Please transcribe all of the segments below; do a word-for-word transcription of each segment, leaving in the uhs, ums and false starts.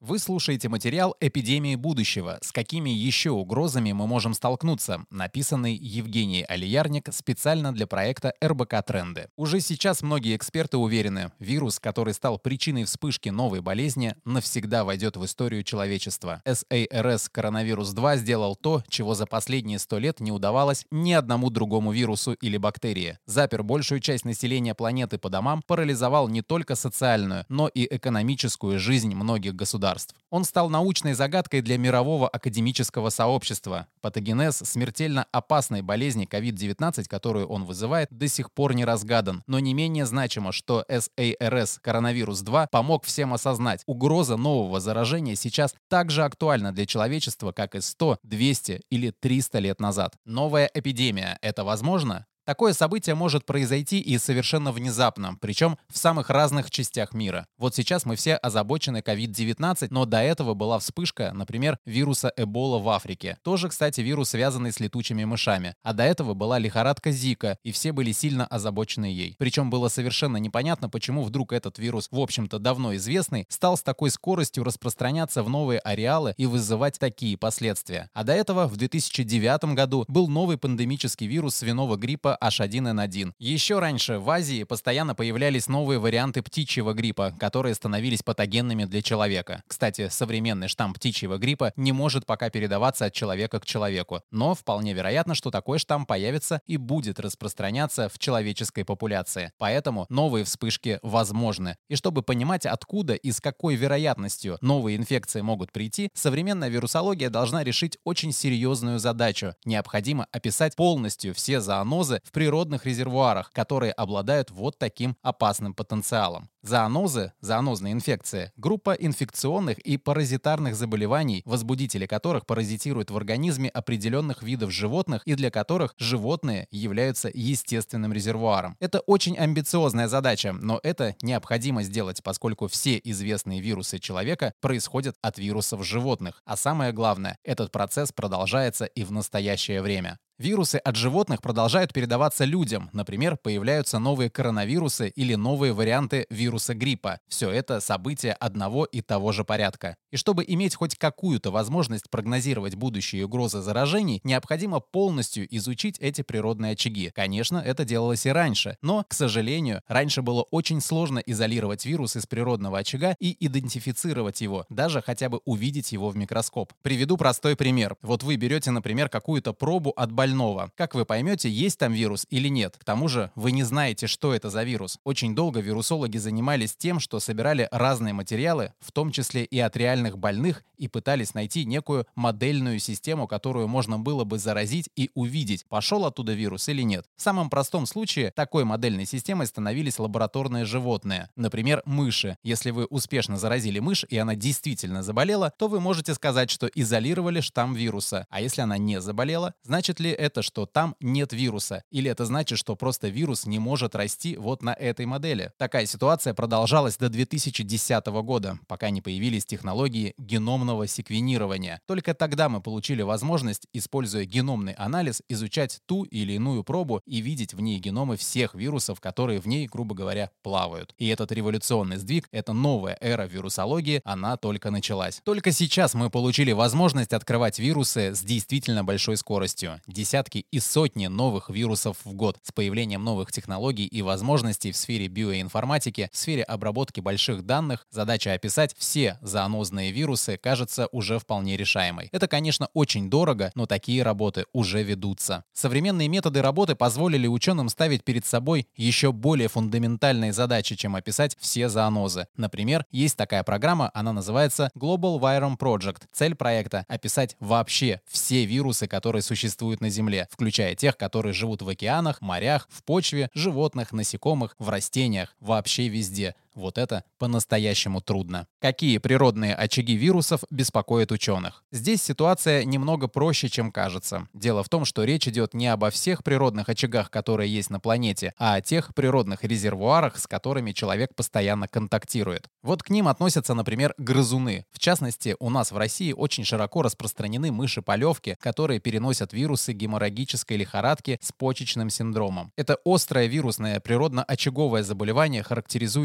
Вы слушаете материал «Эпидемии будущего. С какими еще угрозами мы можем столкнуться», написанный Евгенией Алиярник специально для проекта эр бэ ка Тренды. Уже сейчас многие эксперты уверены, вирус, который стал причиной вспышки новой болезни, навсегда войдет в историю человечества. эс эй эр эс коронавирус два сделал то, чего за последние сто лет не удавалось ни одному другому вирусу или бактерии. Запер большую часть населения планеты по домам, парализовал не только социальную, но и экономическую жизнь многих государств. Он стал научной загадкой для мирового академического сообщества. Патогенез смертельно опасной болезни ковид девятнадцать, которую он вызывает, до сих пор не разгадан. Но не менее значимо, что эс эй эр эс коронавирус два помог всем осознать, угроза нового заражения сейчас так же актуальна для человечества, как и сто, двести или триста лет назад. Новая эпидемия — это возможно? Такое событие может произойти и совершенно внезапно, причем в самых разных частях мира. Вот сейчас мы все озабочены ковид девятнадцать, но до этого была вспышка, например, вируса Эбола в Африке. Тоже, кстати, вирус, связанный с летучими мышами. А до этого была лихорадка Зика, и все были сильно озабочены ей. Причем было совершенно непонятно, почему вдруг этот вирус, в общем-то давно известный, стал с такой скоростью распространяться в новые ареалы и вызывать такие последствия. А до этого, в две тысячи девятом году, был новый пандемический вирус свиного гриппа эйч один эн один. Еще раньше в Азии постоянно появлялись новые варианты птичьего гриппа, которые становились патогенными для человека. Кстати, современный штамм птичьего гриппа не может пока передаваться от человека к человеку, но вполне вероятно, что такой штамм появится и будет распространяться в человеческой популяции. Поэтому новые вспышки возможны. И чтобы понимать, откуда и с какой вероятностью новые инфекции могут прийти, современная вирусология должна решить очень серьезную задачу. Необходимо описать полностью все зоонозы в природных резервуарах, которые обладают вот таким опасным потенциалом. Зоонозы, зоонозные инфекции, группа инфекционных и паразитарных заболеваний, возбудители которых паразитируют в организме определенных видов животных и для которых животные являются естественным резервуаром. Это очень амбициозная задача, но это необходимо сделать, поскольку все известные вирусы человека происходят от вирусов животных. А самое главное, этот процесс продолжается и в настоящее время. Вирусы от животных продолжают передаваться людям. Например, появляются новые коронавирусы или новые варианты вируса гриппа. Все это события одного и того же порядка. И чтобы иметь хоть какую-то возможность прогнозировать будущие угрозы заражений, необходимо полностью изучить эти природные очаги. Конечно, это делалось и раньше, но, к сожалению, раньше было очень сложно изолировать вирус из природного очага и идентифицировать его, даже хотя бы увидеть его в микроскоп. Приведу простой пример. Вот вы берете, например, какую-то пробу от больного. Как вы поймете, есть там вирус или нет? К тому же вы не знаете, что это за вирус. Очень долго вирусологи занимались тем, что собирали разные материалы, в том числе и от реальных больных, и пытались найти некую модельную систему, которую можно было бы заразить и увидеть, пошел оттуда вирус или нет. В самом простом случае такой модельной системой становились лабораторные животные. Например, мыши. Если вы успешно заразили мышь, и она действительно заболела, то вы можете сказать, что изолировали штамм вируса. А если она не заболела, значит ли это, что там нет вируса? Или это значит, что просто вирус не может расти вот на этой модели? Такая ситуация продолжалась до две тысячи десятого года, пока не появились технологии геномного секвенирования. Только тогда мы получили возможность, используя геномный анализ, изучать ту или иную пробу и видеть в ней геномы всех вирусов, которые в ней, грубо говоря, плавают. И этот революционный сдвиг, эта новая эра вирусологии, она только началась. Только сейчас мы получили возможность открывать вирусы с действительно большой скоростью. Десятки и сотни новых вирусов в год. С появлением новых технологий и возможностей в сфере биоинформатики, в сфере обработки больших данных, задача описать все зоонозные вирусы кажется уже вполне решаемой. Это, конечно, очень дорого, но такие работы уже ведутся. Современные методы работы позволили ученым ставить перед собой еще более фундаментальные задачи, чем описать все зоонозы. Например, есть такая программа, она называется Global Virome Project. Цель проекта — описать вообще все вирусы, которые существуют на Земле, включая тех, которые живут в океанах, морях, в почве, животных, насекомых, в растениях, вообще везде. Вот это по-настоящему трудно. Какие природные очаги вирусов беспокоят ученых? Здесь ситуация немного проще, чем кажется. Дело в том, что речь идет не обо всех природных очагах, которые есть на планете, а о тех природных резервуарах, с которыми человек постоянно контактирует. Вот к ним относятся, например, грызуны. В частности, у нас в России очень широко распространены мыши-полевки, которые переносят вирусы геморрагической лихорадки с почечным синдромом. Это острое вирусное природно-очаговое заболевание, характеризующееся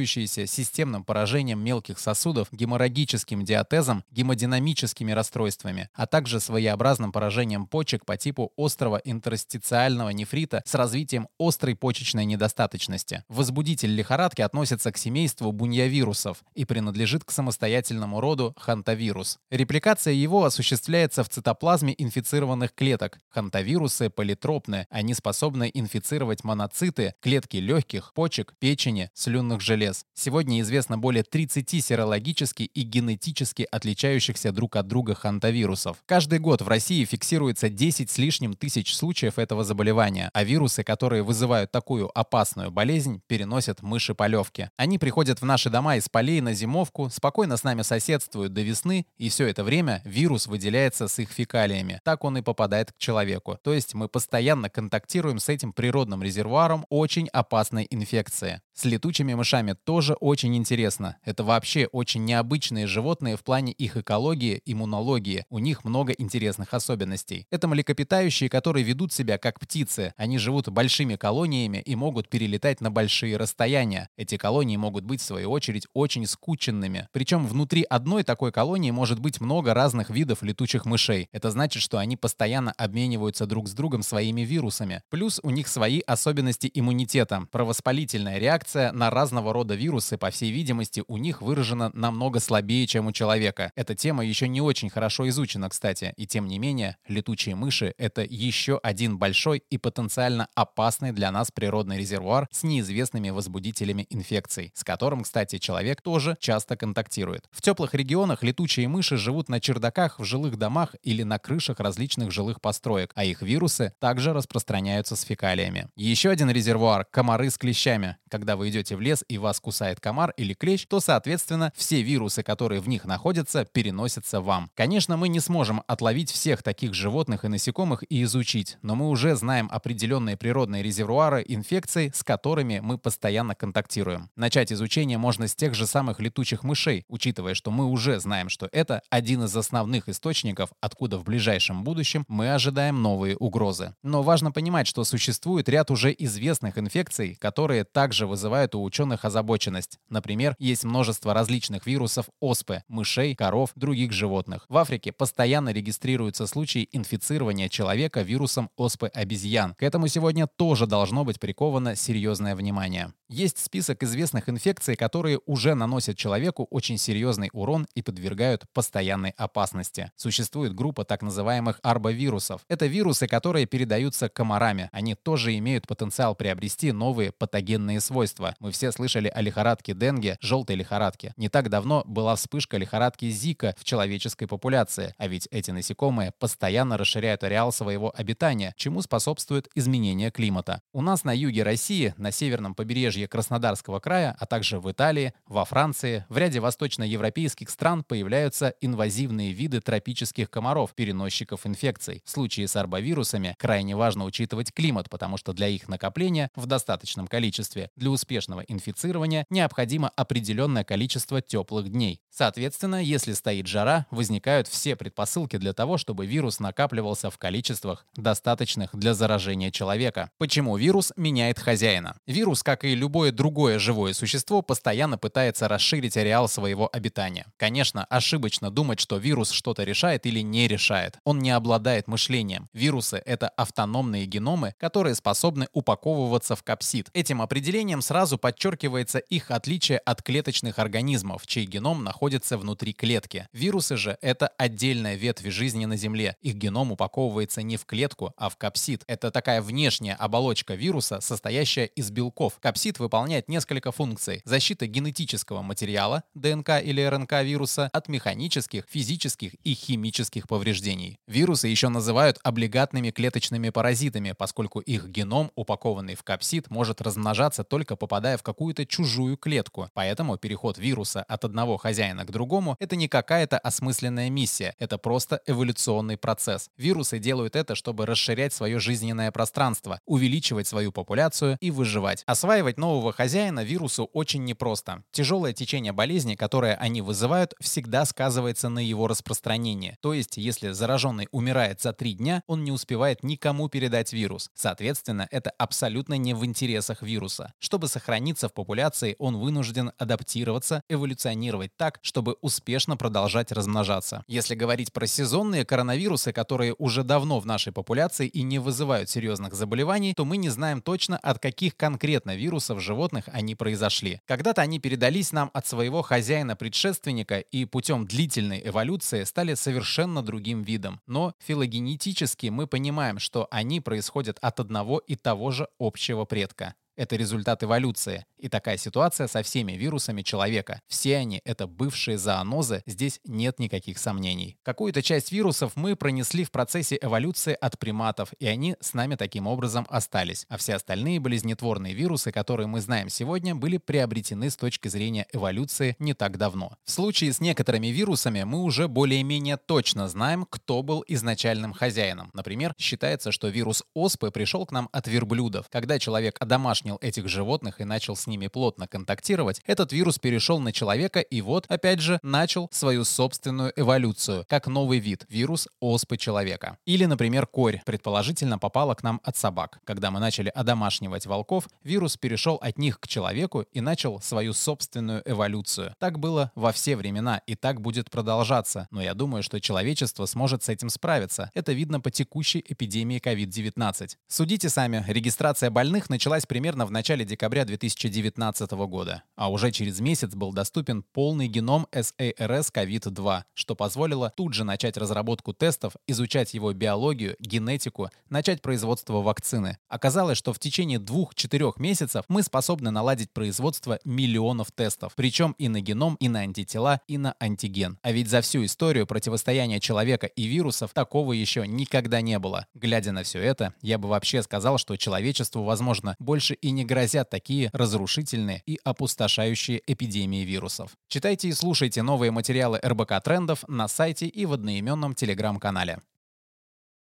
являющиеся системным поражением мелких сосудов, геморрагическим диатезом, гемодинамическими расстройствами, а также своеобразным поражением почек по типу острого интерстициального нефрита с развитием острой почечной недостаточности. Возбудитель лихорадки относится к семейству буньявирусов и принадлежит к самостоятельному роду хантавирус. Репликация его осуществляется в цитоплазме инфицированных клеток. Хантавирусы политропны, они способны инфицировать моноциты, клетки легких, почек, печени, слюнных желез. Сегодня известно более тридцати серологически и генетически отличающихся друг от друга хантавирусов. Каждый год в России фиксируется десять с лишним тысяч случаев этого заболевания, а вирусы, которые вызывают такую опасную болезнь, переносят мыши-полевки. Они приходят в наши дома из полей на зимовку, спокойно с нами соседствуют до весны, и все это время вирус выделяется с их фекалиями. Так он и попадает к человеку. То есть мы постоянно контактируем с этим природным резервуаром очень опасной инфекции. С летучими мышами тоже очень интересно. Это вообще очень необычные животные в плане их экологии, иммунологии. У них много интересных особенностей. Это млекопитающие, которые ведут себя как птицы. Они живут большими колониями и могут перелетать на большие расстояния. Эти колонии могут быть, в свою очередь, очень скученными. Причем внутри одной такой колонии может быть много разных видов летучих мышей. Это значит, что они постоянно обмениваются друг с другом своими вирусами. Плюс у них свои особенности иммунитета. Провоспалительная реакция на разного рода вирусы, по всей видимости, у них выражена намного слабее, чем у человека. Эта тема еще не очень хорошо изучена, кстати. И тем не менее, летучие мыши — это еще один большой и потенциально опасный для нас природный резервуар с неизвестными возбудителями инфекций, с которым, кстати, человек тоже часто контактирует. В теплых регионах летучие мыши живут на чердаках в жилых домах или на крышах различных жилых построек, а их вирусы также распространяются с фекалиями. Еще один резервуар — комары с клещами. Когда вы идете в лес и вас кусает комар или клещ, то, соответственно, все вирусы, которые в них находятся, переносятся вам. Конечно, мы не сможем отловить всех таких животных и насекомых и изучить, но мы уже знаем определенные природные резервуары инфекций, с которыми мы постоянно контактируем. Начать изучение можно с тех же самых летучих мышей, учитывая, что мы уже знаем, что это один из основных источников, откуда в ближайшем будущем мы ожидаем новые угрозы. Но важно понимать, что существует ряд уже известных инфекций, которые также вызывают у ученых озабоченность. Например, есть множество различных вирусов оспы, мышей, коров, других животных. В Африке постоянно регистрируются случаи инфицирования человека вирусом оспы обезьян. К этому сегодня тоже должно быть приковано серьезное внимание. Есть список известных инфекций, которые уже наносят человеку очень серьезный урон и подвергают постоянной опасности. Существует группа так называемых арбовирусов. Это вирусы, которые передаются комарами. Они тоже имеют потенциал приобрести новые патогенные свойства. Мы все слышали о лихорадке Денге, желтой лихорадке. Не так давно была вспышка лихорадки Зика в человеческой популяции, а ведь эти насекомые постоянно расширяют ареал своего обитания, чему способствует изменение климата. У нас на юге России, на северном побережье Краснодарского края, а также в Италии, во Франции, в ряде восточноевропейских стран появляются инвазивные виды тропических комаров, переносчиков инфекций. В случае с арбовирусами крайне важно учитывать климат, потому что для их накопления в достаточном количестве для успешного инфицирования необходимо определенное количество теплых дней. Соответственно, если стоит жара, возникают все предпосылки для того, чтобы вирус накапливался в количествах, достаточных для заражения человека. Почему вирус меняет хозяина? Вирус, как и любое другое живое существо, постоянно пытается расширить ареал своего обитания. Конечно, ошибочно думать, что вирус что-то решает или не решает. Он не обладает мышлением. Вирусы — это автономные геномы, которые способны упаковываться в капсид. Этим определением сразу подчеркивается их отличие от клеточных организмов, чей геном находится внутри клетки. Вирусы же — это отдельная ветвь жизни на Земле. Их геном упаковывается не в клетку, а в капсид. Это такая внешняя оболочка вируса, состоящая из белков. Капсид выполняет несколько функций: защита генетического материала, ДНК или РНК вируса, от механических, физических и химических повреждений. Вирусы еще называют облигатными клеточными паразитами, поскольку их геном, упакованный в капсид, может размножаться только попадая в какую-то чужую клетку. Поэтому переход вируса от одного хозяина к другому — это не какая-то осмысленная миссия, это просто эволюционный процесс. Вирусы делают это, чтобы расширять свое жизненное пространство, увеличивать свою популяцию и выживать. Осваивать нового хозяина вирусу очень непросто. Тяжелое течение болезни, которое они вызывают, всегда сказывается на его распространении. То есть, если зараженный умирает за три дня, он не успевает никому передать вирус. Соответственно, это абсолютно не в интересах вируса. Чтобы сохраниться в популяции, он вынужден адаптироваться, эволюционировать так, чтобы успешно продолжать размножаться. Если говорить про сезонные коронавирусы, которые уже давно в нашей популяции и не вызывают серьезных заболеваний, то мы не знаем точно, от каких конкретно вирусов животных они произошли. Когда-то они передались нам от своего хозяина-предшественника и путем длительной эволюции стали совершенно другим видом. Но филогенетически мы понимаем, что они происходят от одного и того же общего предка. Это результат эволюции. И такая ситуация со всеми вирусами человека. Все они — это бывшие зоонозы, здесь нет никаких сомнений. Какую-то часть вирусов мы пронесли в процессе эволюции от приматов, и они с нами таким образом остались. А все остальные болезнетворные вирусы, которые мы знаем сегодня, были приобретены с точки зрения эволюции не так давно. В случае с некоторыми вирусами мы уже более-менее точно знаем, кто был изначальным хозяином. Например, считается, что вирус оспы пришел к нам от верблюдов. Когда человек одомашнил этих животных и начал с ними плотно контактировать, этот вирус перешел на человека и вот, опять же, начал свою собственную эволюцию, как новый вид — вирус оспы человека. Или, например, корь, предположительно, попала к нам от собак. Когда мы начали одомашнивать волков, вирус перешел от них к человеку и начал свою собственную эволюцию. Так было во все времена, и так будет продолжаться. Но я думаю, что человечество сможет с этим справиться. Это видно по текущей эпидемии ковид девятнадцать. Судите сами, регистрация больных началась примерно в начале декабря две тысячи девятнадцатого года, а уже через месяц был доступен полный геном эс эй эр эс ковид два, что позволило тут же начать разработку тестов, изучать его биологию, генетику, начать производство вакцины. Оказалось, что в течение двух-четырех месяцев мы способны наладить производство миллионов тестов, причем и на геном, и на антитела, и на антиген. А ведь за всю историю противостояния человека и вирусов такого еще никогда не было. Глядя на все это, я бы вообще сказал, что человечеству, возможно, больше и не грозят такие разрушительные и опустошающие эпидемии вирусов. Читайте и слушайте новые материалы эр бэ ка Трендов на сайте и в одноименном телеграм-канале.